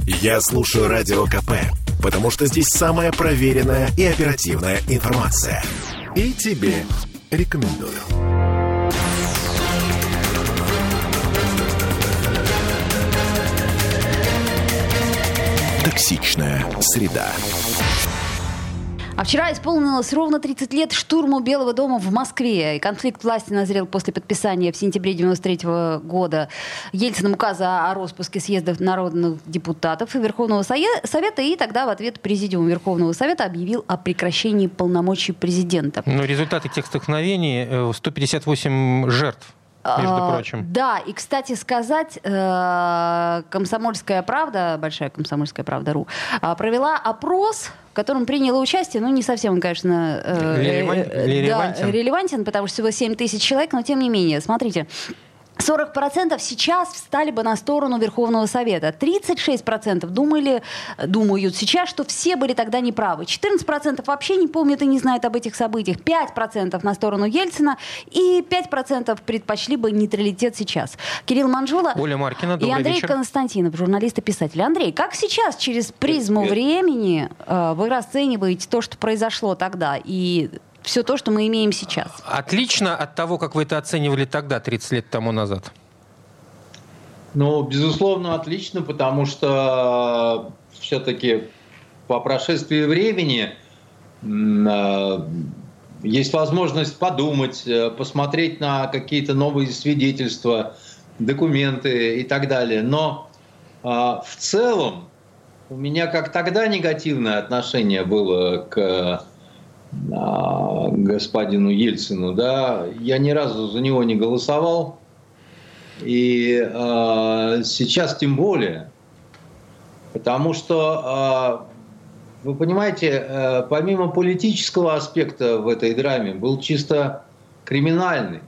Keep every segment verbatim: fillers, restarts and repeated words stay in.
Я слушаю Радио КП, потому что здесь самая проверенная и оперативная информация. И тебе рекомендую. Токсичная среда. А вчера исполнилось ровно тридцать лет штурму Белого дома в Москве. И конфликт власти назрел после подписания в сентябре девяносто третьего года Ельциным указа о распуске съездов народных депутатов и Верховного Совета. И тогда в ответ Президиум Верховного Совета объявил о прекращении полномочий президента. Но результаты тех столкновений — сто пятьдесят восемь жертв. Между прочим. А, да, и, кстати сказать, э, «Комсомольская правда», большая «Комсомольская правда.ру», э, провела опрос, в котором приняло участие, ну, не совсем он, конечно, э, релевантен, э, релевантен. Да, релевантен, потому что всего семь тысяч человек, но тем не менее, смотрите, сорок процентов сейчас встали бы на сторону Верховного Совета. тридцать шесть процентов думали, думают сейчас, что все были тогда неправы. четырнадцать процентов вообще не помнят и не знают об этих событиях. пять процентов на сторону Ельцина. И пять процентов предпочли бы нейтралитет сейчас. Кирилл Манжула Оля Маркина, и Андрей вечер. Константинов, журналист и писатель. Андрей, как сейчас, через призму Привет. времени, вы расцениваете то, что произошло тогда, и все то, что мы имеем сейчас? Отлично от того, как вы это оценивали тогда, тридцать лет тому назад. Ну, безусловно, отлично, потому что все-таки по прошествии времени э, есть возможность подумать, посмотреть на какие-то новые свидетельства, документы и так далее. Но э, в целом у меня как тогда негативное отношение было к господину Ельцину, да, я ни разу за него не голосовал, и э, сейчас тем более, потому что, э, вы понимаете, э, помимо политического аспекта в этой драме был чисто криминальный,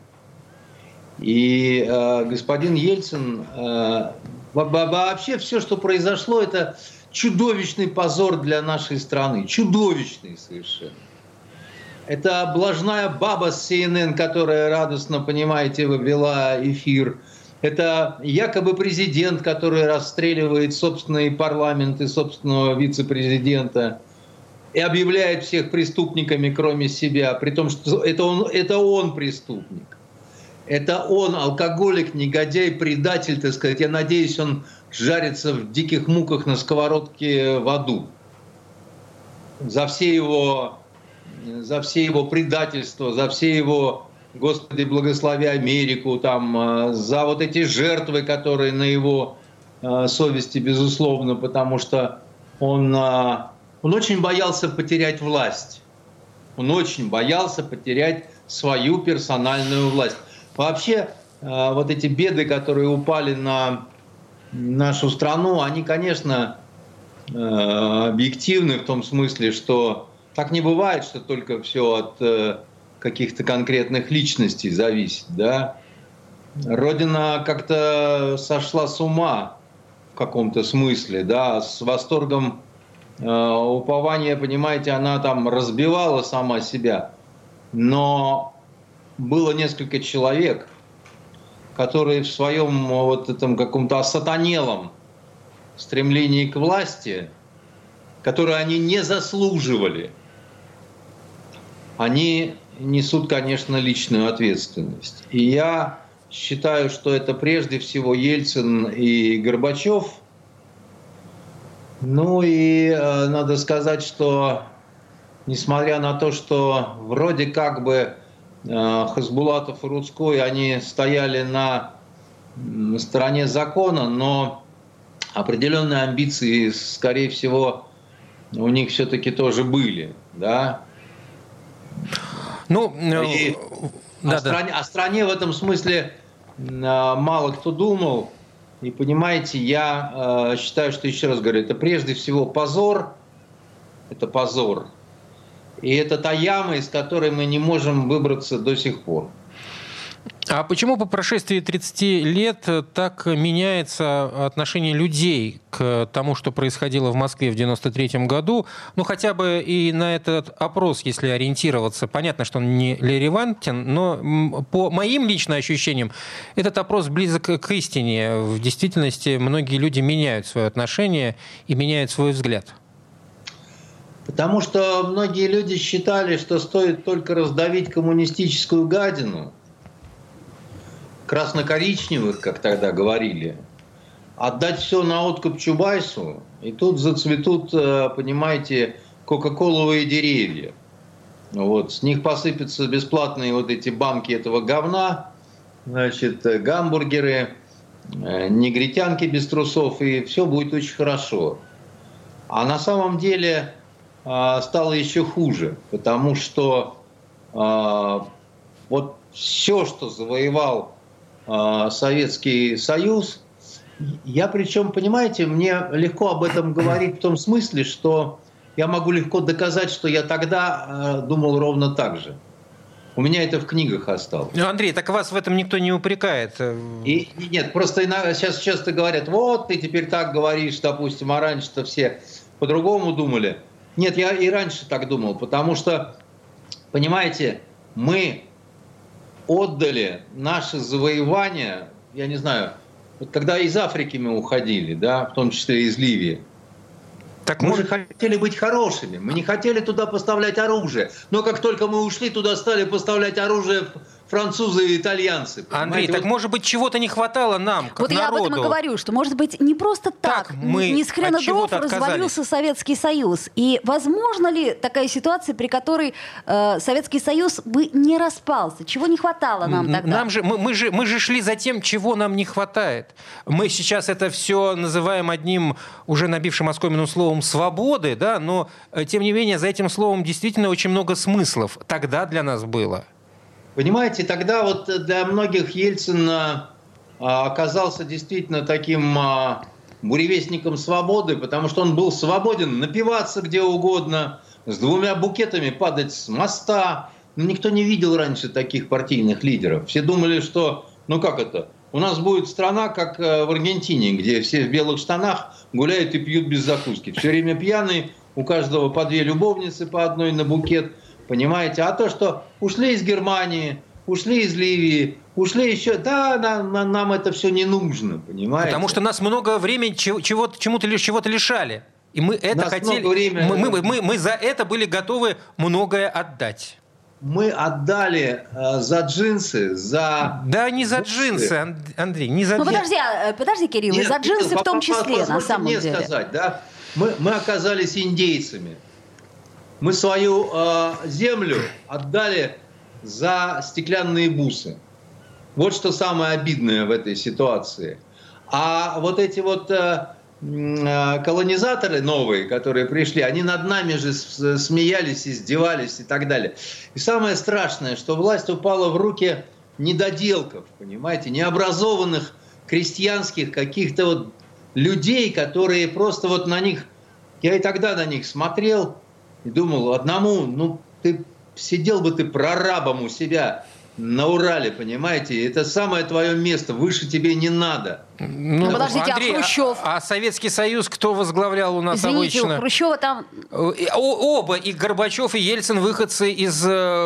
и э, господин Ельцин, э, вообще все, что произошло, это чудовищный позор для нашей страны, чудовищный совершенно. Это блажная баба с си эн эн, которая радостно, понимаете, вела эфир. Это якобы президент, который расстреливает собственный парламент и собственного вице-президента и объявляет всех преступниками, кроме себя, при том, что это он, это он преступник. Это он, алкоголик, негодяй, предатель, так сказать. Я надеюсь, он жарится в диких муках на сковородке в аду. За все его... за все его предательства, за все его, Господи, благослови Америку, там, за вот эти жертвы, которые на его э, совести, безусловно, потому что он, э, он очень боялся потерять власть. Он очень боялся потерять свою персональную власть. Вообще, э, вот эти беды, которые упали на нашу страну, они, конечно, э, объективны в том смысле, что так не бывает, что только все от э, каких-то конкретных личностей зависит, да. Родина как-то сошла с ума в каком-то смысле, да, с восторгом э, упования, понимаете, она там разбивала сама себя, но было несколько человек, которые в своем вот этом каком-то осатанелом стремлении к власти, которые они не заслуживали, они несут, конечно, личную ответственность. И я считаю, что это прежде всего Ельцин и Горбачев. Ну и э, надо сказать, что несмотря на то, что вроде как бы э, Хасбулатов и Рудской, они стояли на стороне закона, но определенные амбиции, скорее всего, у них все-таки тоже были, да. Ну, и да, о, стране, да. о стране в этом смысле мало кто думал. И понимаете, я э, считаю, что, еще раз говорю, это прежде всего позор, это позор. И это та яма, из которой мы не можем выбраться до сих пор. А почему по прошествии тридцати лет так меняется отношение людей к тому, что происходило в Москве в девяносто третьем году? Ну, хотя бы и на этот опрос, если ориентироваться. Понятно, что он не релевантен, но по моим личным ощущениям этот опрос близок к истине. В действительности многие люди меняют свое отношение и меняют свой взгляд. Потому что многие люди считали, что стоит только раздавить коммунистическую гадину, красно-коричневых, как тогда говорили, отдать все на откуп Чубайсу, и тут зацветут, понимаете, кока-коловые деревья. Вот, с них посыпятся бесплатные вот эти банки этого говна, значит, гамбургеры, негритянки без трусов, и все будет очень хорошо. А на самом деле стало еще хуже, потому что вот все, что завоевал Советский Союз, я причем, понимаете, мне легко об этом говорить в том смысле, что я могу легко доказать, что я тогда думал ровно так же. У меня это в книгах осталось. Ну, Андрей, так вас в этом никто не упрекает. И, нет, просто иногда, сейчас часто говорят, вот ты теперь так говоришь, допустим, а раньше-то все по-другому думали. Нет, я и раньше так думал, потому что, понимаете, мы отдали наши завоевания, я не знаю, вот когда из Африки мы уходили, да, в том числе из Ливии, так мы может... же хотели быть хорошими, мы не хотели туда поставлять оружие, но как только мы ушли, туда стали поставлять оружие французы и итальянцы. Андрей, так вот... может быть чего-то не хватало нам, как вот народу? Вот я об этом и говорю, что может быть не просто так, так мы не с хрена дров развалился Советский Союз. И возможно ли такая ситуация, при которой э, Советский Союз бы не распался? Чего не хватало нам тогда? Нам же, мы, мы, же, мы же шли за тем, чего нам не хватает. Мы сейчас это все называем одним уже набившим оскомину словом «свободы», да, но тем не менее за этим словом действительно очень много смыслов тогда для нас было. Понимаете, тогда вот для многих Ельцин оказался действительно таким буревестником свободы, потому что он был свободен напиваться где угодно, с двумя букетами падать с моста. Но никто не видел раньше таких партийных лидеров. Все думали, что, ну как это, у нас будет страна, как в Аргентине, где все в белых штанах гуляют и пьют без закуски. Все время пьяные, у каждого по две любовницы, по одной на букет. Понимаете? А то, что ушли из Германии, ушли из Ливии, ушли еще... Да, нам, нам это все не нужно, понимаете? Потому что нас много времени чего-то, чему-то, чего-то лишали. И мы это нас хотели... Время... Мы, мы, мы, мы за это были готовы многое отдать. Мы отдали э, за джинсы, за... Да не за джинсы, Андрей, не за... Ну подожди, подожди, Кирилл, Нет, и за джинсы нет, в том числе, на самом мне деле. Сказать, да? мы, мы оказались индейцами. Мы свою э, землю отдали за стеклянные бусы. Вот что самое обидное в этой ситуации. А вот эти вот э, э, колонизаторы новые, которые пришли, они над нами же смеялись, издевались и так далее. И самое страшное, что власть упала в руки недоделков, понимаете, необразованных крестьянских каких-то вот людей, которые просто вот на них... Я и тогда на них смотрел и думал, одному, ну, ты сидел бы ты прорабом у себя на Урале, понимаете? Это самое твое место, выше тебе не надо. Ну, ну подождите, Андрей, а Хрущев? А, а Советский Союз кто возглавлял у нас Извините, обычно? у Хрущева там... Оба, и Горбачев, и Ельцин, выходцы из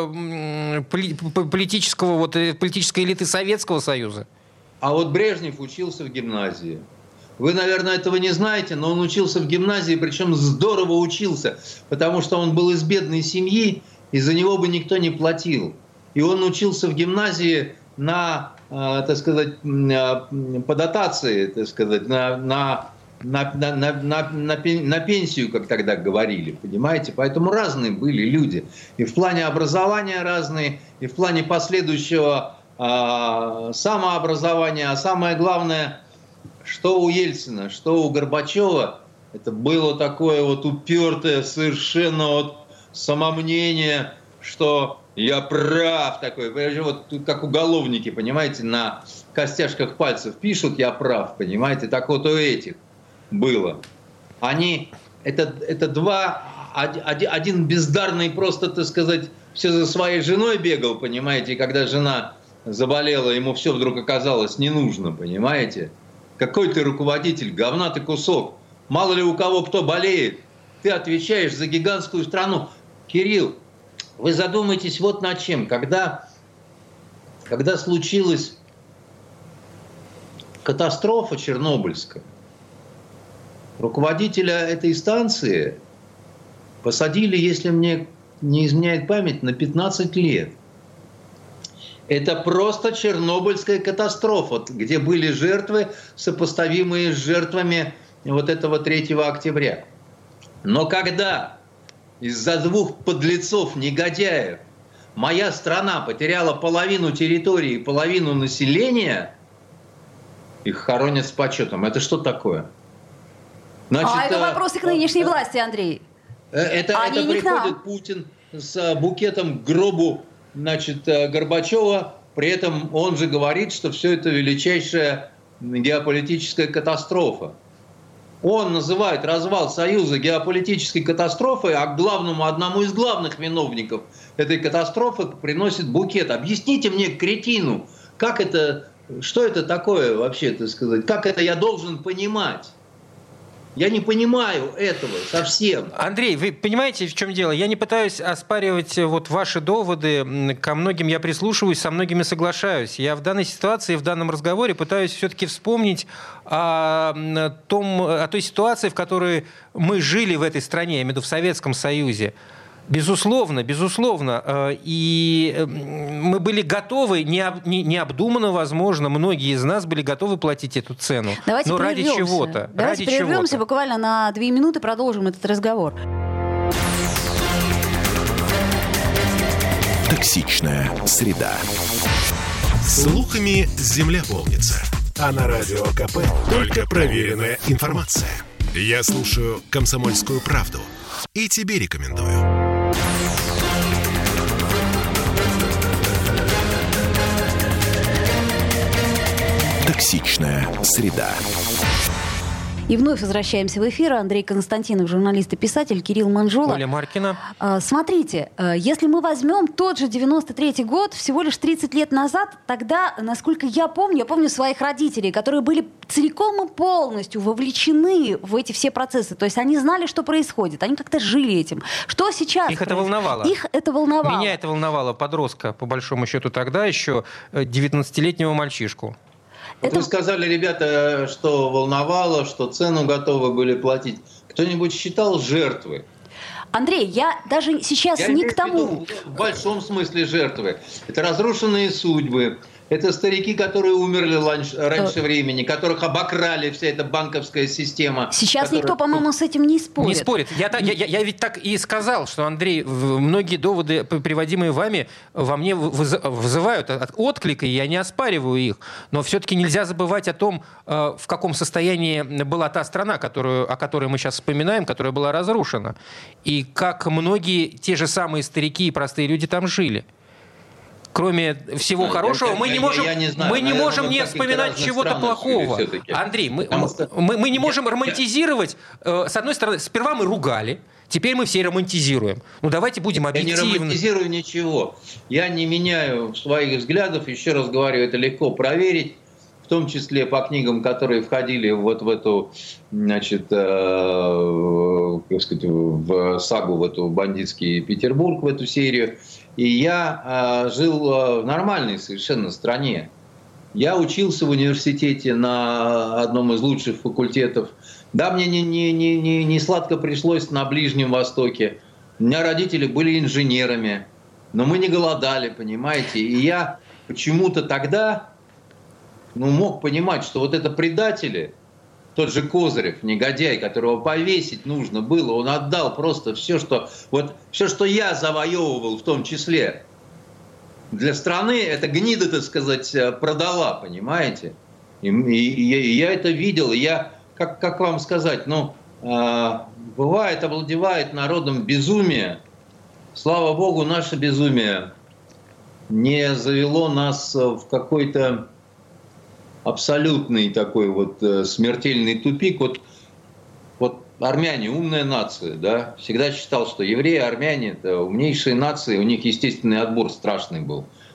э, политического, вот, политической элиты Советского Союза. А вот Брежнев учился в гимназии. Вы, наверное, этого не знаете, но он учился в гимназии, причем здорово учился, потому что он был из бедной семьи, и за него бы никто не платил. И он учился в гимназии на, э, так сказать, по дотации, так сказать, на, на, на, на, на, на, на пенсию, как тогда говорили, понимаете? Поэтому разные были люди. И в плане образования разные, и в плане последующего э, самообразования. А самое главное, что у Ельцина, что у Горбачева, это было такое вот упертое совершенно вот самомнение, что я прав такой. Вот как уголовники, понимаете, на костяшках пальцев пишут «я прав», понимаете, так вот у этих было. Они, это, это два, один, один бездарный просто, так сказать, все за своей женой бегал, понимаете, и когда жена заболела, ему все вдруг оказалось не нужно, понимаете? Какой ты руководитель, говна ты кусок. Мало ли у кого кто болеет. Ты отвечаешь за гигантскую страну. Кирилл, вы задумайтесь вот над чем. Когда, когда случилась катастрофа чернобыльская, руководителя этой станции посадили, если мне не изменяет память, на пятнадцать лет. Это просто чернобыльская катастрофа, где были жертвы, сопоставимые с жертвами вот этого третьего октября. Но когда из-за двух подлецов, негодяев, моя страна потеряла половину территории и половину населения, их хоронят с почетом. Это что такое? Значит, а это вопросы к нынешней власти, Андрей. Это, это приходит Путин с букетом к гробу, значит, Горбачева. При этом он же говорит, что все это величайшая геополитическая катастрофа. Он называет развал Союза геополитической катастрофой, а к главному, одному из главных виновников этой катастрофы приносит букет. Объясните мне, кретину, как это, что это такое вообще, так сказать, как это я должен понимать? Я не понимаю этого совсем. Андрей, вы понимаете, в чем дело? Я не пытаюсь оспаривать вот ваши доводы. Ко многим я прислушиваюсь, со многими соглашаюсь. Я в данной ситуации, в данном разговоре пытаюсь все-таки вспомнить о, том, о той ситуации, в которой мы жили в этой стране, я имею в виду в Советском Союзе. Безусловно, безусловно. И мы были готовы, необдуманно, возможно, многие из нас были готовы платить эту цену. Давайте но ради чего-то. Давайте ради прервемся чего-то. буквально на две минуты, продолжим этот разговор. Токсичная среда. Слухами земля полнится. А на Радио КП только проверенная информация. Я слушаю «Комсомольскую правду» и тебе рекомендую. Токсичная среда. И вновь возвращаемся в эфир. Андрей Константинов, журналист и писатель, Кирилл Манжула. Оля Маркина. Смотрите, если мы возьмем тот же девяносто третий год, всего лишь тридцать лет назад, тогда, насколько я помню, я помню своих родителей, которые были целиком и полностью вовлечены в эти все процессы. То есть они знали, что происходит, они как-то жили этим. Что сейчас? Их это волновало. Их это волновало. Меня это волновало, подростка, по большому счету, тогда еще девятнадцатилетнего мальчишку. Вот это... Вы сказали, ребята, что волновало, что цену готовы были платить. Кто-нибудь считал жертвы? Андрей, я даже сейчас я не к тому... В большом смысле жертвы. Это разрушенные судьбы. Это старики, которые умерли раньше, раньше э... времени, которых обокрали вся эта банковская система. Сейчас которая... никто, по-моему, с этим не спорит. Не спорит. Я, я, я, я ведь так и сказал, что, Андрей, многие доводы, приводимые вами, во мне вызывают отклик, и я не оспариваю их. Но все-таки нельзя забывать о том, в каком состоянии была та страна, которую, о которой мы сейчас вспоминаем, которая была разрушена. И как многие те же самые старики и простые люди там жили. Кроме всего а, хорошего, я, мы, я, не можем, я, я не знаю, мы не можем не вспоминать чего-то плохого. Андрей, мы, что... мы, мы не можем я, романтизировать. Я... С одной стороны, сперва мы ругали, теперь мы все романтизируем. Ну давайте будем объективны. Я не романтизирую ничего. Я не меняю своих взглядов. Еще раз говорю, это легко проверить. В том числе по книгам, которые входили вот в эту, значит, э, как сказать, в сагу, в эту «Бандитский Петербург», в эту серию. И я э, жил в нормальной совершенно стране. Я учился в университете на одном из лучших факультетов. Да, мне не, не, не, не, не сладко пришлось на Ближнем Востоке. У меня родители были инженерами, но мы не голодали, понимаете. И я почему-то тогда ну, мог понимать, что вот это предатели, тот же Козырев, негодяй, которого повесить нужно было, он отдал просто все, что, вот, все, что я завоевывал в том числе. Для страны эта гнида, так сказать, продала, понимаете? И, и, и я это видел. И я, как, как вам сказать, ну, э, бывает, овладевает народом безумие. Слава Богу, наше безумие не завело нас в какой-то абсолютный такой вот э, смертельный тупик. Вот, вот армяне умная нация, да, всегда считал, что евреи, армяне это умнейшие нации, у них естественный отбор страшный был.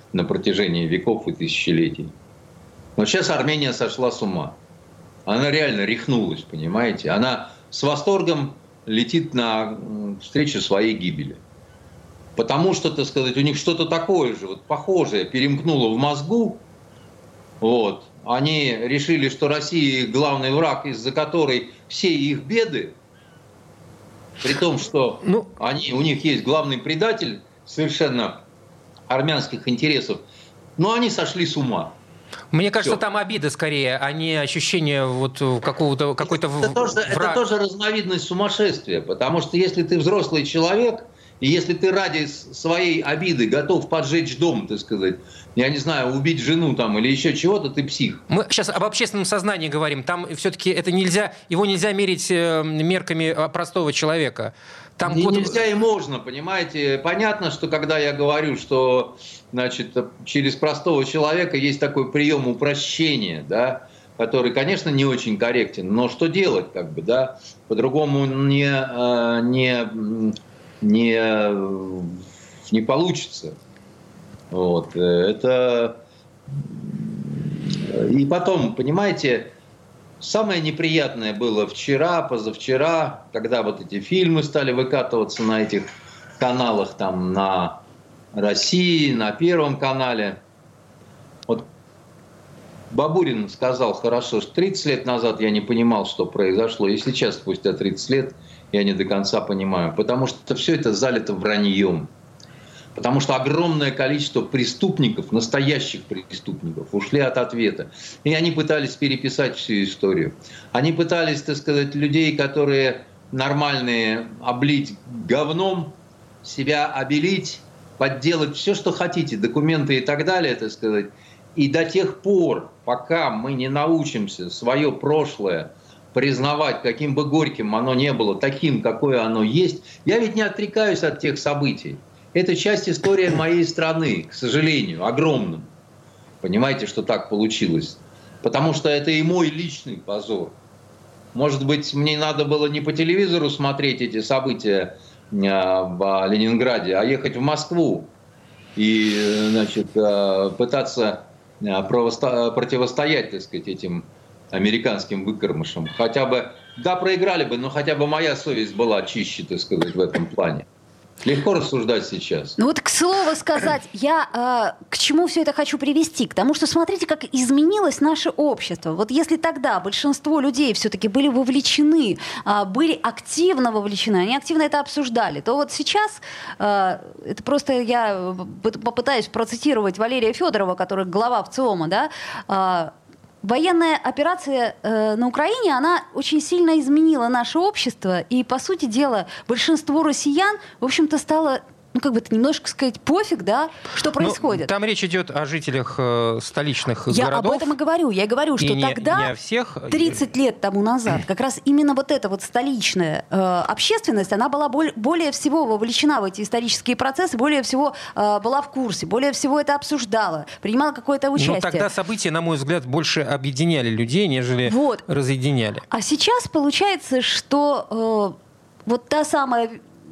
на протяжении веков и тысячелетий. Но сейчас Армения сошла с ума. Она реально рехнулась, понимаете? Она с восторгом летит на встречу своей гибели. Потому что, так сказать, у них что-то такое же, вот похожее, перемкнуло в мозгу. Вот. Они решили, что Россия главный враг, из-за которой все их беды, при том, что ну, они, у них есть главный предатель совершенно армянских интересов, но они сошли с ума. Мне кажется, Все. Там обида скорее, а не ощущение вот какого-то, какой-то это, тоже, враг. это тоже разновидность сумасшествия, потому что если ты взрослый человек, и если ты ради своей обиды готов поджечь дом, так сказать, я не знаю, убить жену там или еще чего-то, ты псих. Мы сейчас об общественном сознании говорим. Там все-таки это нельзя, его нельзя мерить мерками простого человека. Там и код... нельзя и можно, понимаете. Понятно, что когда я говорю, что значит, через простого человека есть такой прием упрощения, да, который, конечно, не очень корректен, но что делать, как бы, да, по-другому не, не, не, не получится. Вот, это... И потом, понимаете, самое неприятное было вчера, позавчера, когда вот эти фильмы стали выкатываться на этих каналах, там, на России, на Первом канале. Вот Бабурин сказал хорошо, что тридцать лет назад я не понимал, что произошло, и сейчас, спустя тридцать лет, я не до конца понимаю, потому что все это залито враньем. Потому что огромное количество преступников, настоящих преступников, ушли от ответа. И они пытались переписать всю историю. Они пытались, так сказать, людей, которые нормальные, облить говном, себя обелить, подделать все, что хотите, документы и так далее, так сказать. И до тех пор, пока мы не научимся свое прошлое признавать, каким бы горьким оно ни было, таким, какое оно есть, я ведь не отрекаюсь от тех событий. Это часть истории моей страны, к сожалению, огромным. Понимаете, что так получилось? Потому что это и мой личный позор. Может быть, мне надо было не по телевизору смотреть эти события в Ленинграде, а ехать в Москву и, значит, пытаться противостоять, так сказать, этим американским выкормышам. Хотя бы, да, проиграли бы, но хотя бы моя совесть была чище, так сказать, в этом плане. Легко рассуждать сейчас. Ну вот, к слову сказать, я э, к чему все это хочу привести? К тому, что смотрите, как изменилось наше общество. Вот если тогда большинство людей все-таки были вовлечены, э, были активно вовлечены, они активно это обсуждали, то вот сейчас, э, это просто я попытаюсь процитировать Валерия Федорова, который глава ВЦИОМа, да, э, военная операция э, на Украине, она очень сильно изменила наше общество, и, по сути дела, большинство россиян, в общем-то, стало, ну, как бы это немножко сказать, пофиг, да, что происходит. Ну, там речь идет о жителях э, столичных я городов. Я об этом и говорю. Я говорю, что не, тогда, не о всех. тридцать лет тому назад, как раз именно вот эта вот столичная э, общественность, она была боль, более всего вовлечена в эти исторические процессы, более всего э, была в курсе, более всего это обсуждала, принимала какое-то участие. Но тогда события, на мой взгляд, больше объединяли людей, нежели вот. разъединяли. А сейчас получается, что э, вот та самая...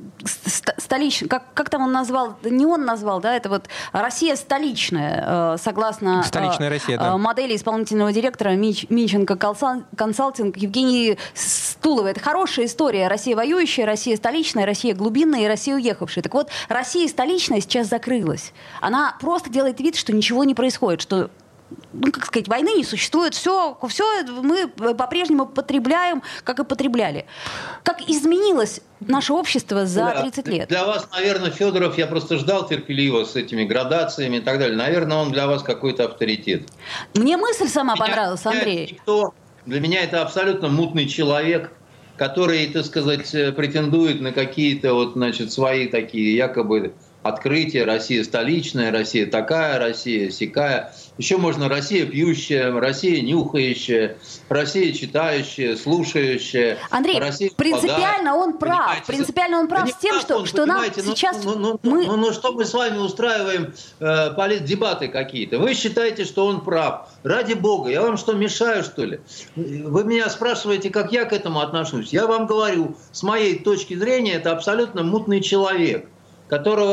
столичная, как, как там он назвал, не он назвал, да, это вот Россия столичная, э, согласно Столичная Россия, э, да. модели исполнительного директора Мич, Минченко консалтинг Евгении Стуловой. Это хорошая история. Россия воюющая, Россия столичная, Россия глубинная и Россия уехавшая. Так вот, Россия столичная сейчас закрылась. Она просто делает вид, что ничего не происходит, что, ну, как сказать, войны не существует, все, все мы по-прежнему потребляем, как и потребляли. Как изменилось наше общество за тридцать лет? Для вас, наверное, Федоров, я просто ждал терпеливо с этими градациями и так далее. Наверное, он для вас какой-то авторитет. Мне мысль сама меня, понравилась, Андрей. Никто, для меня это абсолютно мутный человек, который, так сказать, претендует на какие-то вот, значит, свои такие якобы открытия. Россия столичная, Россия такая, Россия сякая. Еще можно Россия пьющая, Россия нюхающая, Россия читающая, слушающая. Андрей, Россия принципиально впадает. он прав. Понимаете? Принципиально он прав да с тем, что, он, что нам ну, сейчас... Ну, ну, мы... ну, ну, что мы с вами устраиваем э, политдебаты какие-то? Вы считаете, что он прав. Ради бога, я вам что, мешаю, что ли? Вы меня спрашиваете, как я к этому отношусь. Я вам говорю, с моей точки зрения, это абсолютно мутный человек, которого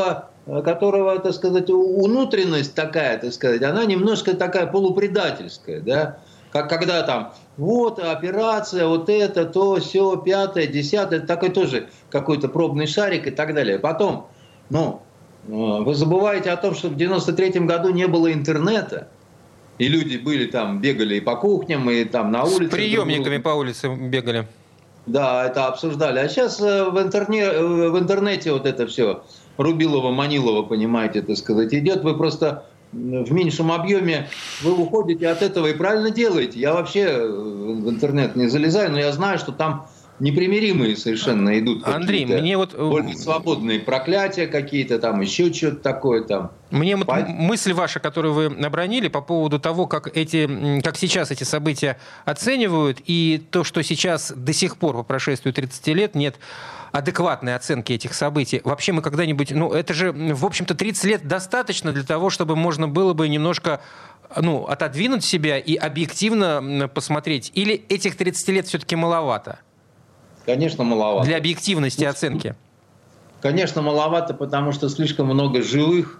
которого, так сказать, внутренность такая, так сказать, она немножко такая полупредательская, да, как когда там, вот операция, вот это, то, сё, пятое, десятое, такой тоже какой-то пробный шарик и так далее. Потом, ну, вы забываете о том, что в девяносто третьем году не было интернета, и люди были там, бегали и по кухням, и там на улице. С приемниками по улице бегали. Да, это обсуждали. А сейчас в, интерне, в интернете вот это все Рубилово-Манилово, понимаете, так сказать, идет. Вы просто в меньшем объеме вы уходите от этого и правильно делаете. Я вообще в интернет не залезаю, но я знаю, что там непримиримые совершенно идут. Андрей, мне вот более свободные проклятия какие-то там, еще что-то такое там. Мне вот По... мысль ваша, которую вы обронили по поводу того, как эти, как сейчас эти события оценивают, и то, что сейчас до сих пор по прошествию тридцати лет нет адекватной оценки этих событий. Вообще мы когда-нибудь, ну это же, в общем-то, тридцать лет достаточно для того, чтобы можно было бы немножко, ну, отодвинуть себя и объективно посмотреть. Или этих тридцать лет все-таки маловато? Конечно, маловато. Для объективности оценки. Конечно, маловато, потому что слишком много живых,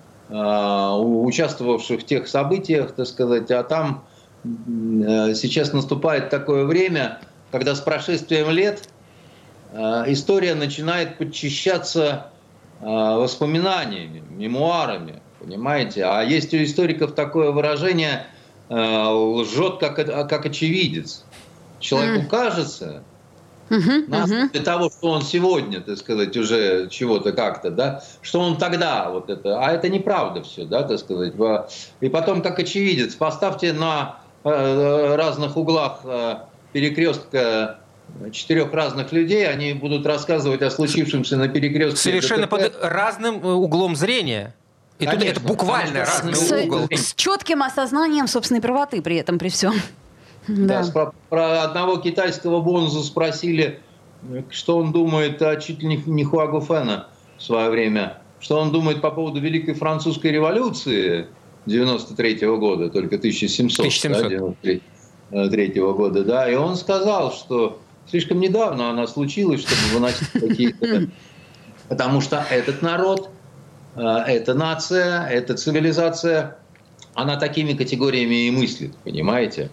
участвовавших в тех событиях, так сказать, а там сейчас наступает такое время, когда с прошествием лет история начинает подчищаться воспоминаниями, мемуарами, понимаете? А есть у историков такое выражение «лжет как, как очевидец». Человеку кажется... Uh-huh, на основе uh-huh. того, что он сегодня, так сказать, уже чего-то как-то, да, что он тогда вот это, а это неправда все, да, так сказать. И потом, как очевидец, поставьте на разных углах перекрестка четырех разных людей, они будут рассказывать о случившемся на перекрестке. Совершенно под разным углом зрения. И конечно, тут это буквально разный с, угол. С четким осознанием собственной правоты при этом, при всем. Да. Да, про, про одного китайского бонзу спросили, что он думает о чуть ли не Хуагуфена в свое время, что он думает по поводу Великой Французской революции девяносто третьего года, только тысяча семьсот, да, девяносто третьего года, да, и он сказал, что слишком недавно она случилась, чтобы выносить какие-то... Потому что этот народ, эта нация, эта цивилизация, она такими категориями и мыслит, понимаете?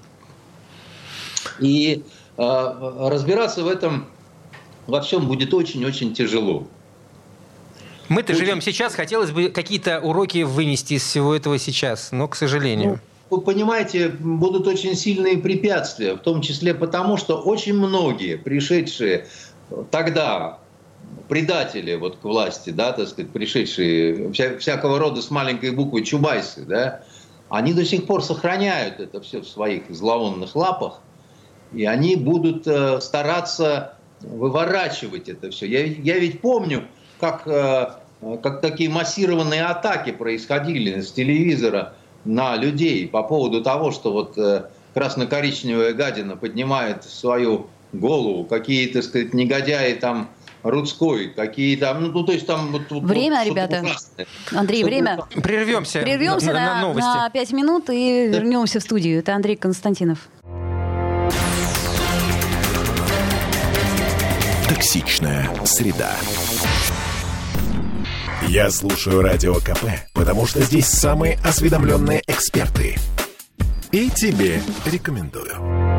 И э, разбираться в этом во всем будет очень-очень тяжело. Мы-то очень... живем сейчас, хотелось бы какие-то уроки вынести из всего этого сейчас, но, к сожалению. Ну, вы понимаете, будут очень сильные препятствия, в том числе потому, что очень многие пришедшие тогда предатели вот к власти, да, так сказать, пришедшие вся, всякого рода с маленькой буквы чубайсы, да, они до сих пор сохраняют это все в своих зловонных лапах. И они будут э, стараться выворачивать это все. Я, я ведь помню, как, э, как такие массированные атаки происходили с телевизора на людей по поводу того, что вот э, красно-коричневая гадина поднимает свою голову, какие, так сказать, негодяи там Рудской, какие там, ну, то есть там... Вот, время, вот, ребята. Ужасное. Андрей, что-то время. Прервемся, Прервемся на, на, новости. на пять минут и да. вернемся в студию. Это Андрей Константинов. Токсичная среда. Я слушаю Радио КП, потому что здесь самые осведомленные эксперты. И тебе рекомендую.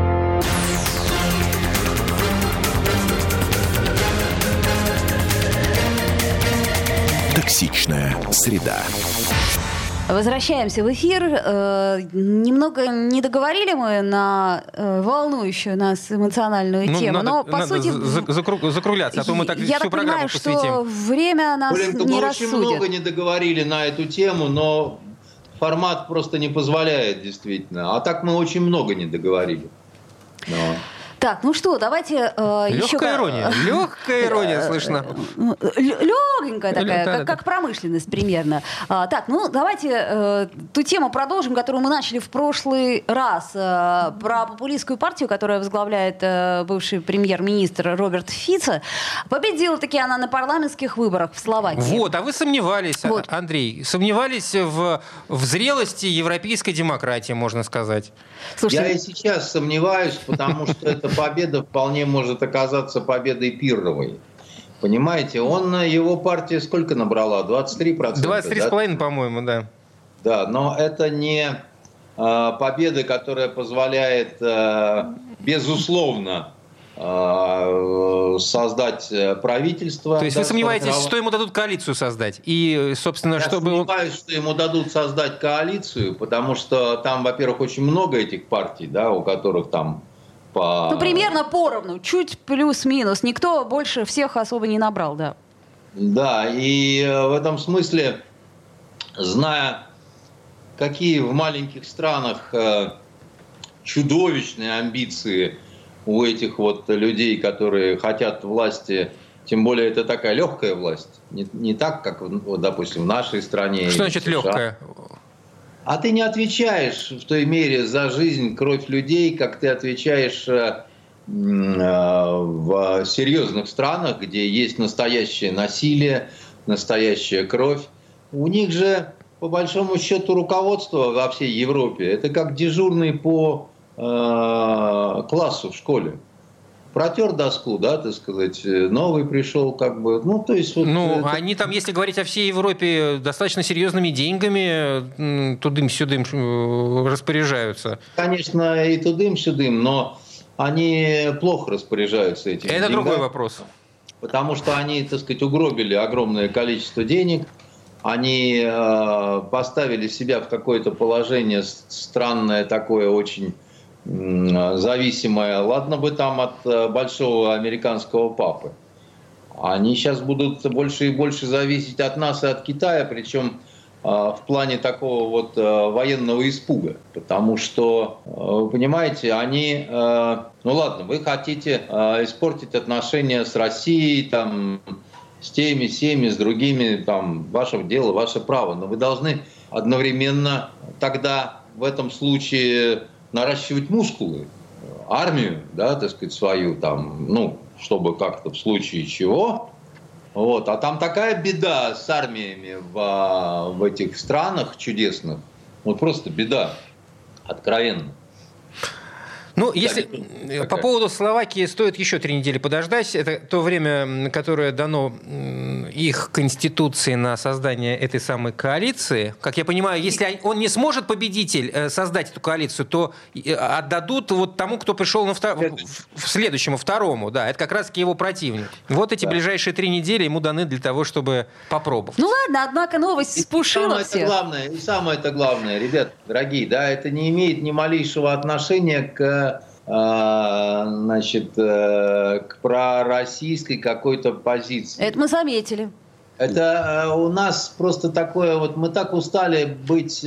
Токсичная среда. Возвращаемся в эфир. Э, немного не договорили мы на э, волнующую нас эмоциональную ну, тему, надо, но по надо сути закру- закругляться, а то мы так я всю так программу понимаю, посвятим. что время нас Оленька, не мы рассудит. очень много не договорили на эту тему, но формат просто не позволяет действительно. А так мы очень много не договорили. Но... Так, ну что, давайте э, легкая еще... ирония, легкая ирония слышна. Легенькая такая, как, как промышленность примерно. А, так, ну давайте э, ту тему продолжим, которую мы начали в прошлый раз. Э, про популистскую партию, которую возглавляет э, бывший премьер-министр Роберт Фицо. Победила таки она на парламентских выборах в Словакии. Вот, а вы сомневались, вот. Андрей, сомневались в, в зрелости европейской демократии, можно сказать. Слушайте, я и сейчас сомневаюсь, потому что эта победа вполне может оказаться победой пирровой. Понимаете, он, его партия сколько набрала? двадцать три процента? двадцать три с половиной, да? по-моему, да. Да, но это не э, победа, которая позволяет, э, безусловно, э, создать правительство. То есть да, вы сомневаетесь, что ему дадут коалицию создать? И, собственно, Я чтобы... сомневаюсь, что ему дадут создать коалицию, потому что там, во-первых, очень много этих партий, да, у которых там по... Ну, примерно поровну, чуть плюс-минус. Никто больше всех особо не набрал, да. Да, и в этом смысле, зная, какие в маленьких странах чудовищные амбиции у этих вот людей, которые хотят власти, тем более это такая легкая власть, не, не так, как, вот, допустим, в нашей стране. Что значит легкая? А ты не отвечаешь в той мере за жизнь, кровь людей, как ты отвечаешь э, э, в серьезных странах, где есть настоящее насилие, настоящая кровь. У них же, по большому счету, руководство во всей Европе, это как дежурный по э, классу в школе. Протер доску, да, так сказать, новый пришел, как бы, ну, то есть... Вот ну, это... они там, если говорить о всей Европе, достаточно серьезными деньгами тудым-сюдым распоряжаются. Конечно, и тудым-сюдым, но они плохо распоряжаются этими Это деньгами, другой вопрос. Потому что они, так сказать, угробили огромное количество денег, они э, поставили себя в какое-то положение странное, такое очень... зависимая, ладно бы там от большого американского папы. Они сейчас будут больше и больше зависеть от нас и от Китая, причем в плане такого вот военного испуга. Потому что, вы понимаете, они... Ну ладно, вы хотите испортить отношения с Россией, там, с теми, с теми, с другими, там, ваше дело, ваше право. Но вы должны одновременно тогда в этом случае... наращивать мускулы, армию, да, так сказать, свою там, ну, чтобы как-то в случае чего. Вот. А там такая беда с армиями в, в этих странах чудесных, вот просто беда, откровенно. Ну, если да, по поводу Словакии стоит еще три недели подождать. Это то время, которое дано их конституции на создание этой самой коалиции. Как я понимаю, если он не сможет, победитель, создать эту коалицию, то отдадут вот тому, кто пришел на втор... в следующему, второму. Да, это как раз-таки его противник. Вот эти да. ближайшие три недели ему даны для того, чтобы попробовать. Ну ладно, однако новость спушила всех. Главное, и самое это главное, ребят, дорогие, да, это не имеет ни малейшего отношения к значит, к пророссийской какой-то позиции. Это мы заметили. Это у нас просто такое, вот мы так устали быть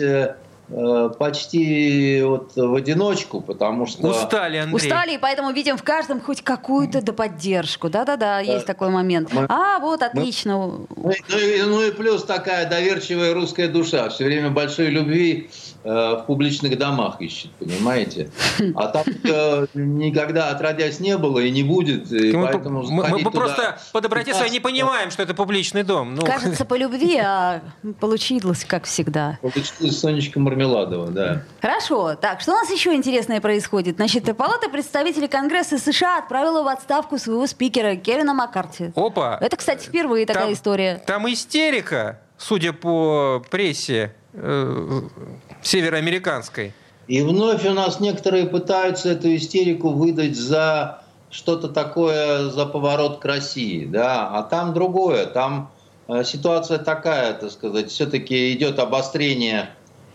почти вот в одиночку, потому что... Устали, Андрей. Устали, и поэтому видим в каждом хоть какую-то да поддержку. Да-да-да, есть такой момент. Мы... А, вот, отлично. Мы... Ну, и, ну и плюс такая доверчивая русская душа. Все время большой любви э, в публичных домах ищет, понимаете? А там э, никогда отродясь не было и не будет. И мы поэтому мы, мы просто по доброте своей не понимаем, что это публичный дом. Ну. Кажется, по любви, а получилось, как всегда. Получилось Сонечка Мармеладова, да. Хорошо. Так, что у нас еще интересное происходит? Значит, Палата представителей Конгресса США отправила в отставку своего спикера Кевина Маккарти. Опа! Это, кстати, впервые такая там, история. Там истерика, судя по прессе э, североамериканской. И вновь у нас некоторые пытаются эту истерику выдать за что-то такое, за поворот к России, да, а там другое, там э, ситуация такая, так сказать, все-таки идет обострение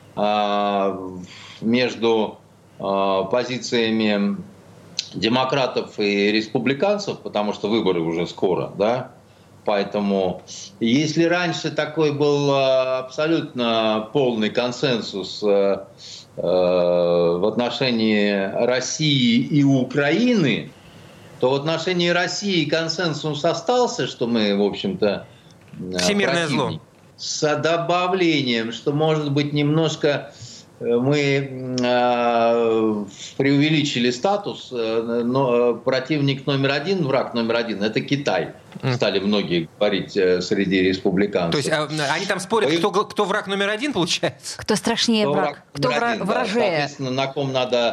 между позициями демократов и республиканцев, потому что выборы уже скоро, да, поэтому если раньше такой был абсолютно полный консенсус в отношении России и Украины, то в отношении России консенсус остался, что мы, в общем-то, всемирное зло. С добавлением, что, может быть, немножко мы э, преувеличили статус, э, но противник номер один, враг номер один – это Китай. Стали многие говорить э, среди республиканцев. То есть а, они там спорят, кто, кто враг номер один, получается? Кто страшнее кто враг, кто враг, один, вражее. Да, соответственно, на ком надо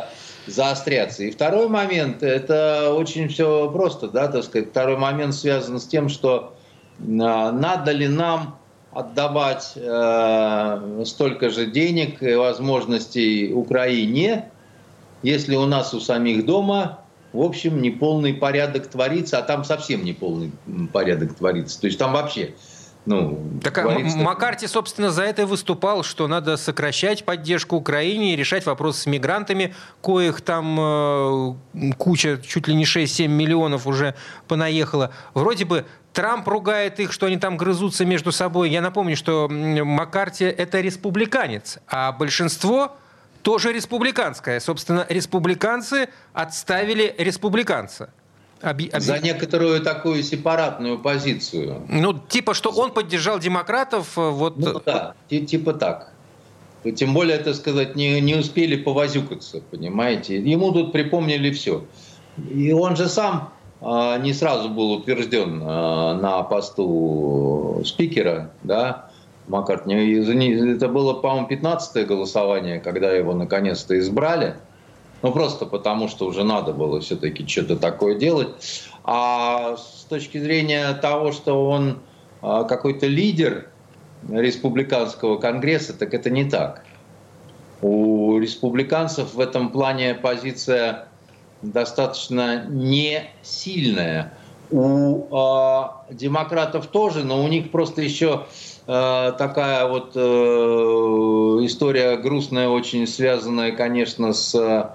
заостряться. И второй момент, это очень все просто, да, так сказать. Второй момент связан с тем, что надо ли нам отдавать э, столько же денег и возможностей Украине, если у нас у самих дома, в общем, неполный порядок творится, а там совсем неполный порядок творится. То есть там вообще... Ну, так а Маккарти, собственно, за это и выступал, что надо сокращать поддержку Украине и решать вопрос с мигрантами, коих там э, куча, чуть ли не шесть-семь миллионов уже понаехало. Вроде бы Трамп ругает их, что они там грызутся между собой. Я напомню, что Маккарти – это республиканец, а большинство тоже республиканское. Собственно, республиканцы отставили республиканца. Объ... За некоторую такую сепаратную позицию. Ну, типа, что он поддержал демократов. Вот... Ну да, типа так. Тем более, так сказать, не, не успели повозюкаться, понимаете. Ему тут припомнили все. И он же сам а, не сразу был утвержден а, на посту спикера, да, Маккарти. Это было, по-моему, пятнадцатое голосование, когда его наконец-то избрали. Ну, просто потому, что уже надо было все-таки что-то такое делать. А с точки зрения того, что он какой-то лидер республиканского конгресса, так это не так. У республиканцев в этом плане позиция достаточно не сильная. У э, демократов тоже, но у них просто еще э, такая вот э, история грустная, очень связанная, конечно, с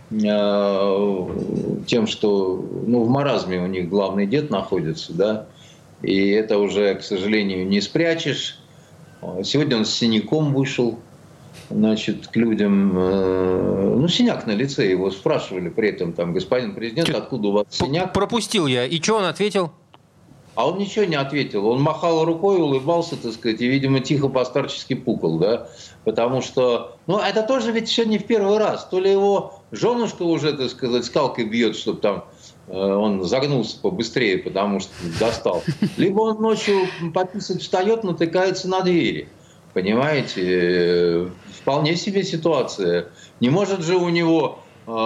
тем, что ну, в маразме у них главный дед находится, да, и это уже, к сожалению, не спрячешь. Сегодня он с синяком вышел, значит, к людям, ну, синяк на лице, его спрашивали при этом, там, господин президент, Чё, откуда у вас синяк? Пропустил я, и что он ответил? А он ничего не ответил. Он махал рукой, улыбался, так сказать, и, видимо, тихо по-старчески пукал, да. Потому что, ну, это тоже ведь все не в первый раз. То ли его женушка уже, так сказать, скалкой бьет, чтобы там э, он загнулся побыстрее, потому что достал. Либо он ночью пописать встает, натыкается на двери. Понимаете? Вполне себе ситуация. Не может же у него...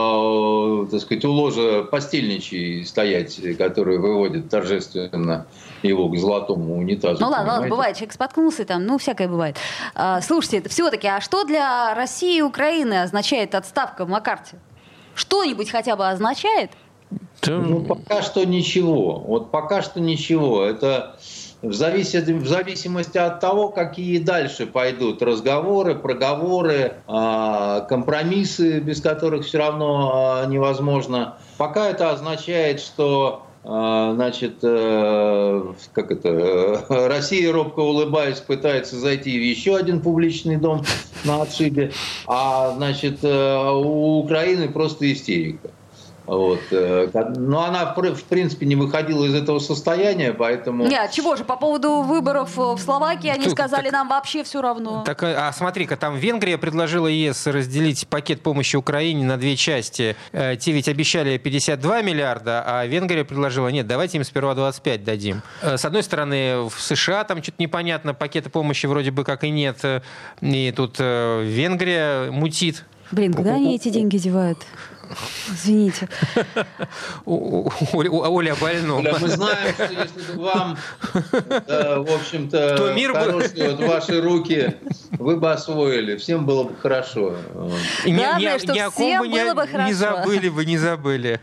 Э, так сказать, у ложа постельничий стоять, который выводит торжественно его к золотому унитазу. Ну ладно, ладно, бывает, человек споткнулся там, ну всякое бывает. А, слушайте, все-таки, а что для России и Украины означает отставка Маккарти? Что-нибудь хотя бы означает? Ну, пока что ничего. Вот пока что ничего. Это в зависимости, в зависимости от того, какие дальше пойдут разговоры, проговоры, компромиссы, без которых все равно невозможно. Пока это означает, что значит, как это, Россия, робко улыбаясь, пытается зайти в еще один публичный дом на отшибе, а значит, у Украины просто истерика. Вот. Но она, в принципе, не выходила из этого состояния, поэтому... Нет, чего же, по поводу выборов в Словакии они сказали, так, нам вообще все равно. Так, а смотри-ка, там Венгрия предложила ЕС разделить пакет помощи Украине на две части. Те ведь обещали пятьдесят два миллиарда, а Венгрия предложила, нет, давайте им сперва двадцать пять дадим. С одной стороны, в США там что-то непонятно, пакета помощи вроде бы как и нет, и тут Венгрия мутит. Блин, куда они эти деньги девают? Извините. Оля больна. Оля, мы знаем, что если бы вам, да, в общем-то, то мир хорошие вот ваши руки, вы бы освоили. Всем было бы хорошо. И главное, ни, что ни всем бы было бы хорошо. Не забыли бы, не забыли.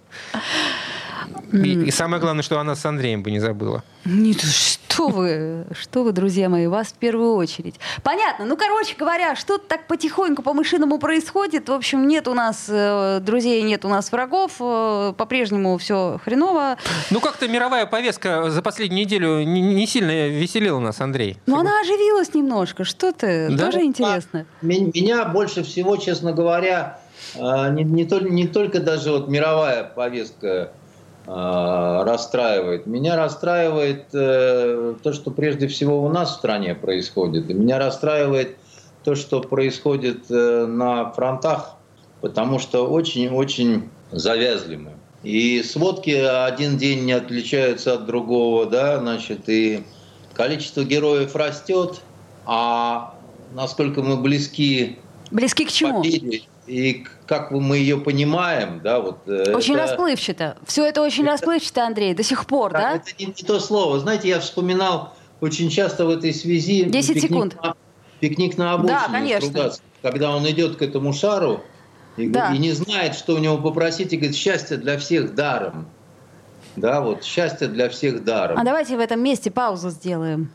И, и самое главное, что она с Андреем бы не забыла. Нет, что вы, что вы, друзья мои, вас в первую очередь. Понятно. Ну, короче говоря, что-то так потихоньку по-мышиному происходит. В общем, нет у нас э, друзей, нет у нас врагов. Э, по-прежнему все хреново. Ну, как-то мировая повестка за последнюю неделю не, не сильно веселила нас, Андрей. Ну, она оживилась немножко. Что ты? Да? Тоже интересно. Меня больше всего, честно говоря, не, не, только, не только даже вот мировая повестка расстраивает. Меня расстраивает э, то, что прежде всего у нас в стране происходит. И меня расстраивает то, что происходит э, на фронтах, потому что очень-очень завязли мы. И сводки один день не отличаются от другого, да, значит, и количество героев растет, а насколько мы близки, близки к чему? Победе, и как мы ее понимаем, да, вот... Очень это, расплывчато. Все это очень это, расплывчато, Андрей, до сих пор, да? Это не, не то слово. Знаете, я вспоминал очень часто в этой связи... десять пикник секунд. На, пикник на обочине. Да, конечно. Когда он идет к этому шару и, да. и не знает, что у него попросить, и говорит, счастье для всех даром. Да, вот, счастье для всех даром. А давайте в этом месте паузу сделаем.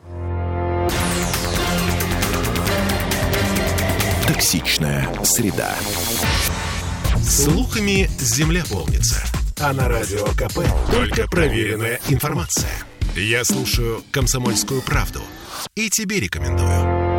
Токсичная среда. Слухами земля полнится. А на Радио КП только проверенная информация. Я слушаю «Комсомольскую правду» и тебе рекомендую.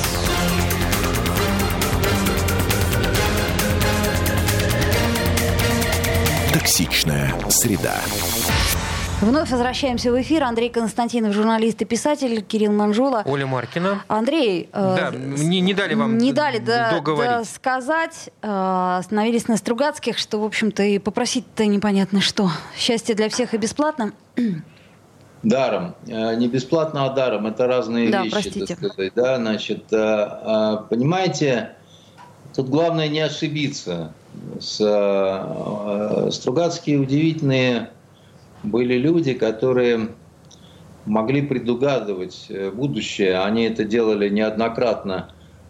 Токсичная среда. Вновь возвращаемся в эфир. Андрей Константинов, журналист и писатель, Кирилл Манжула. Оля Маркина. Андрей, да, э, не, не дали вам не дали договорить. Да, сказать, э, остановились на Стругацких, что, в общем-то, и попросить-то непонятно что. Счастье для всех и бесплатно. Даром. Не бесплатно, а даром. Это разные да, вещи, простите. так сказать. Да, значит, понимаете, тут главное не ошибиться. Стругацкие удивительные были люди, которые могли предугадывать будущее. Они это делали неоднократно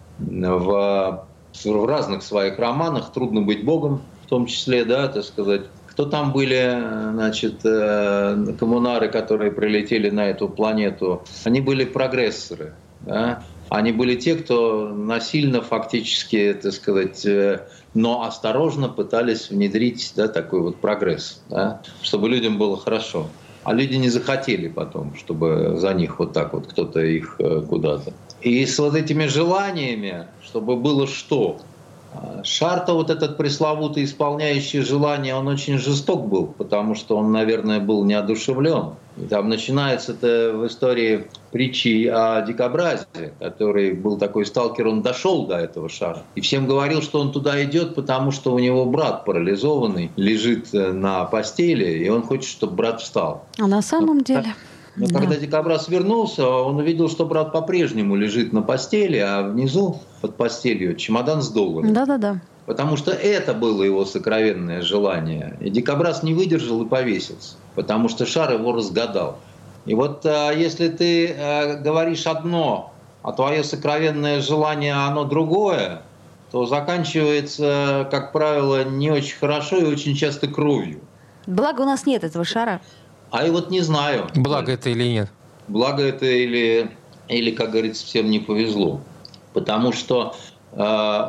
в, в разных своих романах. «Трудно быть Богом», в том числе, да, так сказать. Кто там были, значит, коммунары, которые прилетели на эту планету? Они были прогрессоры, да? Они были те, кто насильно фактически, так сказать, но осторожно пытались внедрить, да, такой вот прогресс, да, чтобы людям было хорошо. А люди не захотели потом, чтобы за них вот так вот кто-то их куда-то. И с вот этими желаниями, чтобы было что? Шар-то вот этот пресловутый исполняющий желания, он очень жесток был, потому что он, наверное, был неодушевлен. И там начинается-то в истории притчи о дикобразе, который был такой сталкер, он дошел до этого шара. И всем говорил, что он туда идет, потому что у него брат парализованный лежит на постели, и он хочет, чтобы брат встал. А на самом Но, деле... Но да. Когда дикобраз вернулся, он увидел, что брат по-прежнему лежит на постели, а внизу под постелью чемодан с долларами. Да-да-да. Потому что это было его сокровенное желание. И дикобраз не выдержал и повесился, потому что шар его разгадал. И вот а, если ты а, говоришь одно, а твое сокровенное желание, оно другое, то заканчивается, как правило, не очень хорошо и очень часто кровью. Благо у нас нет этого шара. А и вот не знаю. Благо это или нет? Благо это или, или как говорится, всем не повезло. Потому что э,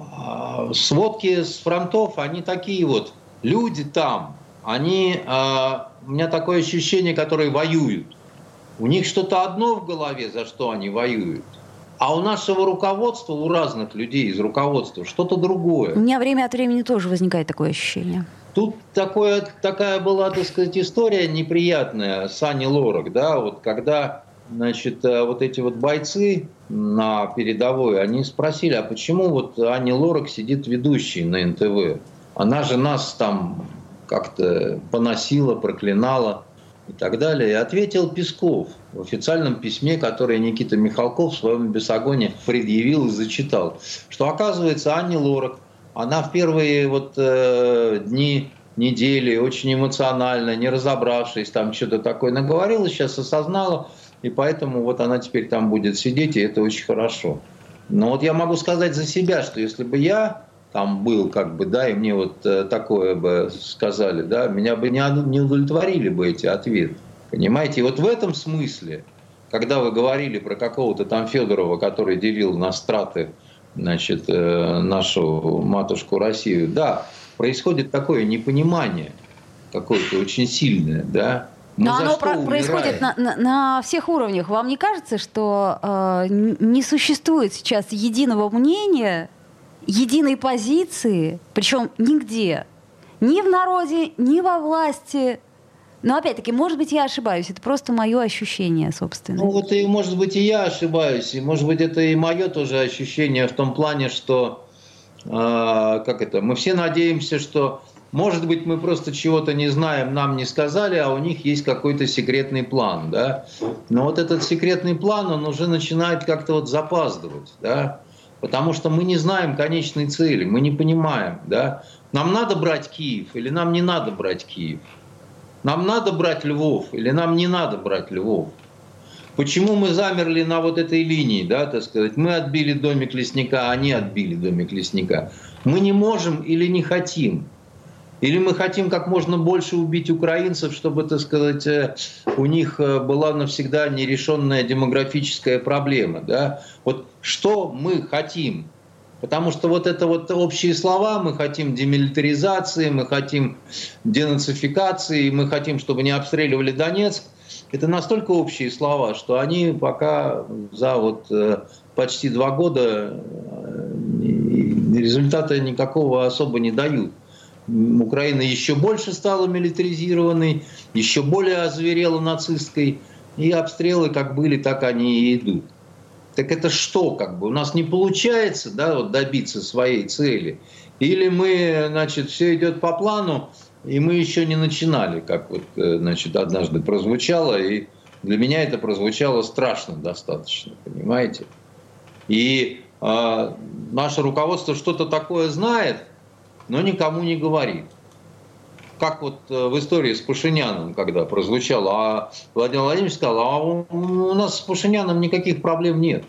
сводки с фронтов, они такие вот. Люди там, они, э, у меня такое ощущение, которые воюют. У них что-то одно в голове, за что они воюют. А у нашего руководства, у разных людей из руководства, что-то другое. У меня время от времени тоже возникает такое ощущение. Тут такое, такая была, так сказать, история неприятная с Аней Лорак, да, вот когда, значит, вот эти вот бойцы на передовой, они спросили, а почему вот Аня Лорак сидит ведущей на эн тэ вэ? Она же нас там как-то поносила, проклинала и так далее. И ответил Песков в официальном письме, которое Никита Михалков в своем «Бесогоне» предъявил и зачитал, что, оказывается, Аня Лорак, она в первые вот э, дни, недели очень эмоционально, не разобравшись, там что-то такое наговорила, сейчас осознала, и поэтому вот она теперь там будет сидеть, и это очень хорошо. Но вот я могу сказать за себя, что если бы я там был, как бы, да, и мне вот э, такое бы сказали, да, меня бы не, не удовлетворили бы эти ответы. Понимаете? И вот в этом смысле, когда вы говорили про какого-то там Федорова, который делил на страты, значит, нашу матушку Россию. Да, происходит такое непонимание какое-то очень сильное, да. Мы Но оно про- происходит на, на, на всех уровнях. Вам не кажется, что э, не существует сейчас единого мнения, единой позиции, причем нигде, ни в народе, ни во власти? Но опять-таки, может быть, я ошибаюсь. Это просто мое ощущение собственное. Ну вот и может быть и я ошибаюсь. И может быть это и мое тоже ощущение в том плане, что э, как это, мы все надеемся, что может быть мы просто чего-то не знаем, нам не сказали, а у них есть какой-то секретный план, да. Но вот этот секретный план, он уже начинает как-то вот запаздывать, да. Потому что мы не знаем конечной цели, мы не понимаем, да? Нам надо брать Киев или нам не надо брать Киев? Нам надо брать Львов или нам не надо брать Львов? Почему мы замерли на вот этой линии, да, так сказать? Мы отбили домик лесника, а они отбили домик лесника. Мы не можем или не хотим? Или мы хотим как можно больше убить украинцев, чтобы, так сказать, у них была навсегда нерешенная демографическая проблема, да? Вот что мы хотим? Потому что вот это вот общие слова, мы хотим демилитаризации, мы хотим денацификации, мы хотим, чтобы не обстреливали Донецк. Это настолько общие слова, что они пока за вот почти два года результата никакого особо не дают. Украина еще больше стала милитаризированной, еще более озверела нацистской, и обстрелы как были, так они и идут. Так это что, как бы, у нас не получается, да, вот добиться своей цели? Или мы, значит, все идет по плану, и мы еще не начинали, как вот, значит, однажды прозвучало, и для меня это прозвучало страшно достаточно, понимаете? И э, наше руководство что-то такое знает, но никому не говорит. Как вот в истории с Пашиняном, когда прозвучало, а Владимир Владимирович сказал, а у, у нас с Пашиняном никаких проблем нет.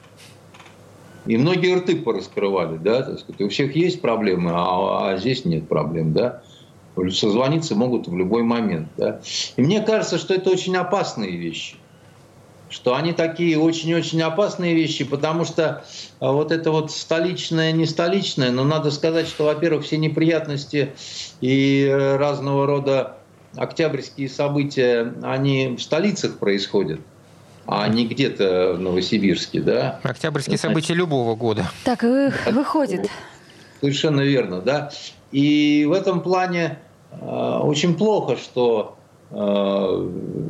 И многие рты пораскрывали, да, так сказать, у всех есть проблемы, а, а здесь нет проблем, да. Созвониться могут в любой момент, да. И мне кажется, что это очень опасные вещи. Что они такие очень-очень опасные вещи, потому что вот это вот столичное, не столичное, но надо сказать, что, во-первых, все неприятности и разного рода октябрьские события, они в столицах происходят, а не где-то в Новосибирске, да. Октябрьские Значит, события любого года. Так и выходит. Совершенно верно, да. И в этом плане э, очень плохо, что... Э,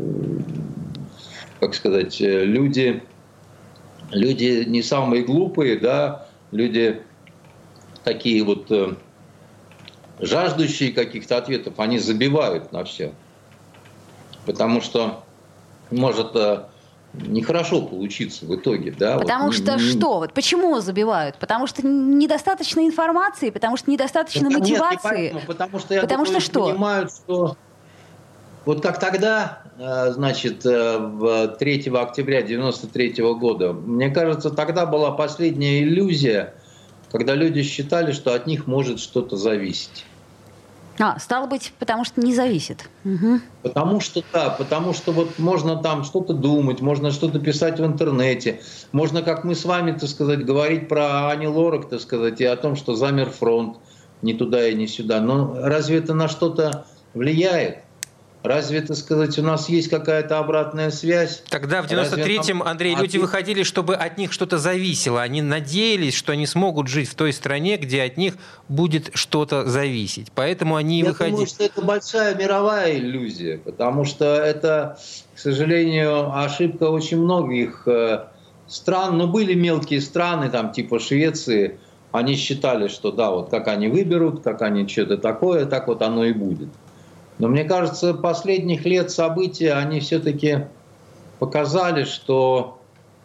как сказать, люди, люди не самые глупые, да, люди такие вот э, жаждущие каких-то ответов, они забивают на все. Потому что может э, нехорошо получиться в итоге, да. Потому вот, что не, что? Вот почему забивают? Потому что недостаточно информации, потому что недостаточно потому, мотивации? Нет, не поэтому, потому что, я потому думаю, что что? понимают, что вот как тогда, значит, третьего октября девяносто третьего года, мне кажется, тогда была последняя иллюзия, когда люди считали, что от них может что-то зависеть. А, стало быть, потому что не зависит. Угу. Потому что, да, потому что вот можно там что-то думать, можно что-то писать в интернете, можно, как мы с вами, так сказать, говорить про Ани Лорак, так сказать, и о том, что замер фронт, ни туда и ни сюда. Но разве это на что-то влияет? Разве, так сказать, у нас есть какая-то обратная связь? Тогда в девяносто третьем, нам... Андрей, люди выходили, чтобы от них что-то зависело. Они надеялись, что они смогут жить в той стране, где от них будет что-то зависеть. Поэтому они и выходили. Я думаю, что это большая мировая иллюзия, потому что это, к сожалению, ошибка очень многих стран. Но были мелкие страны, там типа Швеции, они считали, что да, вот как они выберут, как они что-то такое, так вот оно и будет. Но мне кажется, последних лет события, они все-таки показали, что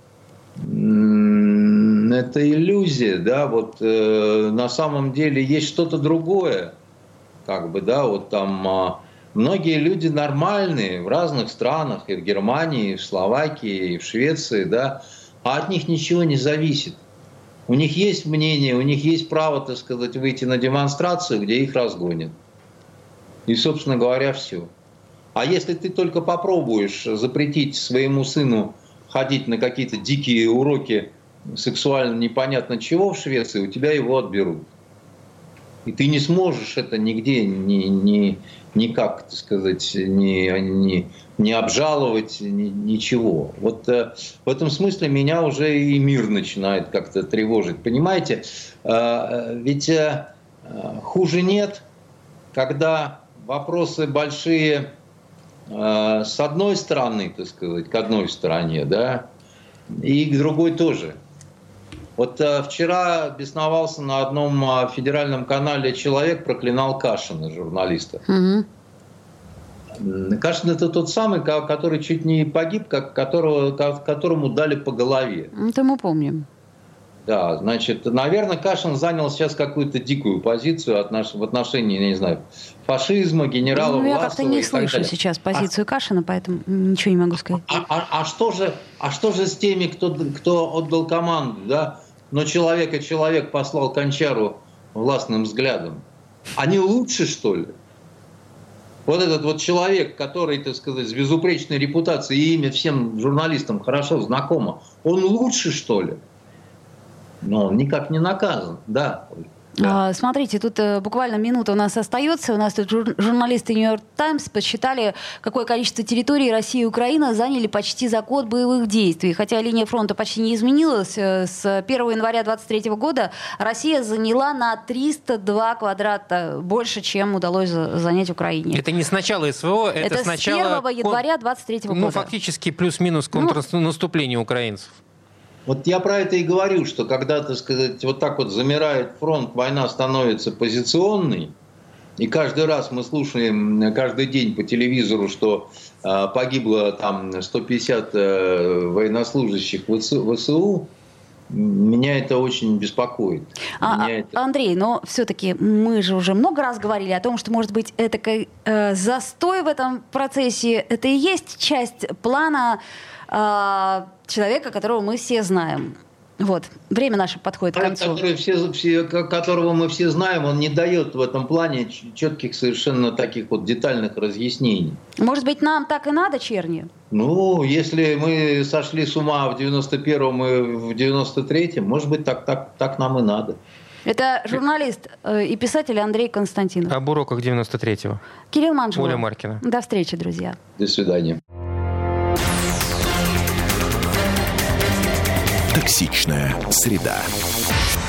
м- это иллюзия, да, вот э, на самом деле есть что-то другое, как бы, да, вот там э, многие люди нормальные в разных странах, и в Германии, и в Словакии, и в Швеции, да, а от них ничего не зависит. У них есть мнение, у них есть право, так сказать, выйти на демонстрацию, где их разгонят. И, собственно говоря, все. А если ты только попробуешь запретить своему сыну ходить на какие-то дикие уроки сексуально непонятно чего в Швеции, у тебя его отберут. И ты не сможешь это нигде ни, ни, никак, так сказать, не, не, не обжаловать, ни, ничего. Вот э, в этом смысле меня уже и мир начинает как-то тревожить. Понимаете, э, ведь э, хуже нет, когда... Вопросы большие э, с одной стороны, так сказать, к одной стороне, да, и к другой тоже. Вот э, вчера бесновался на одном э, федеральном канале человек, проклинал Кашина, журналиста. Mm-hmm. Кашин — это тот самый, который чуть не погиб, как, которого, которому дали по голове. Это мы помним. Да, значит, наверное, Кашин занял сейчас какую-то дикую позицию отнош... в отношении, я не знаю, фашизма, генерала Ну, я Власова как-то не и так слышу далее. сейчас позицию а... Кашина, поэтому ничего не могу сказать. А, а, а, что же, а что же с теми, кто, кто отдал команду, да? Но человека человек послал к Анчару властным взглядом. Они лучше, что ли? Вот этот вот человек, который, так сказать, с безупречной репутацией, и имя всем журналистам хорошо знакомо, он лучше, что ли? Но он никак не наказан, да. Да. Смотрите, тут э, буквально минута у нас остается. У нас тут жур- журналисты Нью-Йорк Таймс подсчитали, какое количество территорий России и Украины заняли почти за год боевых действий. Хотя линия фронта почти не изменилась. С первого января двадцать третьего года Россия заняла на триста два квадрата больше, чем удалось занять Украине. Это не с начала СВО, это, это с начала... с первого января двадцать третьего года. Ну, фактически плюс-минус контрнаступление ну, украинцев. Вот я про это и говорю, что когда, так сказать, вот так вот замирает фронт, война становится позиционной, и каждый раз мы слушаем каждый день по телевизору, что э, погибло там сто пятьдесят э, военнослужащих ВСУ, меня это очень беспокоит. А, меня это... Андрей, но все-таки мы же уже много раз говорили о том, что, может быть, это э, застой в этом процессе, это и есть часть плана э, человека, которого мы все знаем. Вот, время наше подходит к концу. Который все, все, которого мы все знаем, он не дает в этом плане четких совершенно таких вот детальных разъяснений. Может быть, нам так и надо, Черни? Ну, если мы сошли с ума в девяносто первом и в девяносто третьем, может быть, так, так, так нам и надо. Это журналист э, и писатель Андрей Константинов. Об уроках девяносто третьего. Кирилл Манжулов. Оля Маркина. До встречи, друзья. До свидания. Токсичная среда.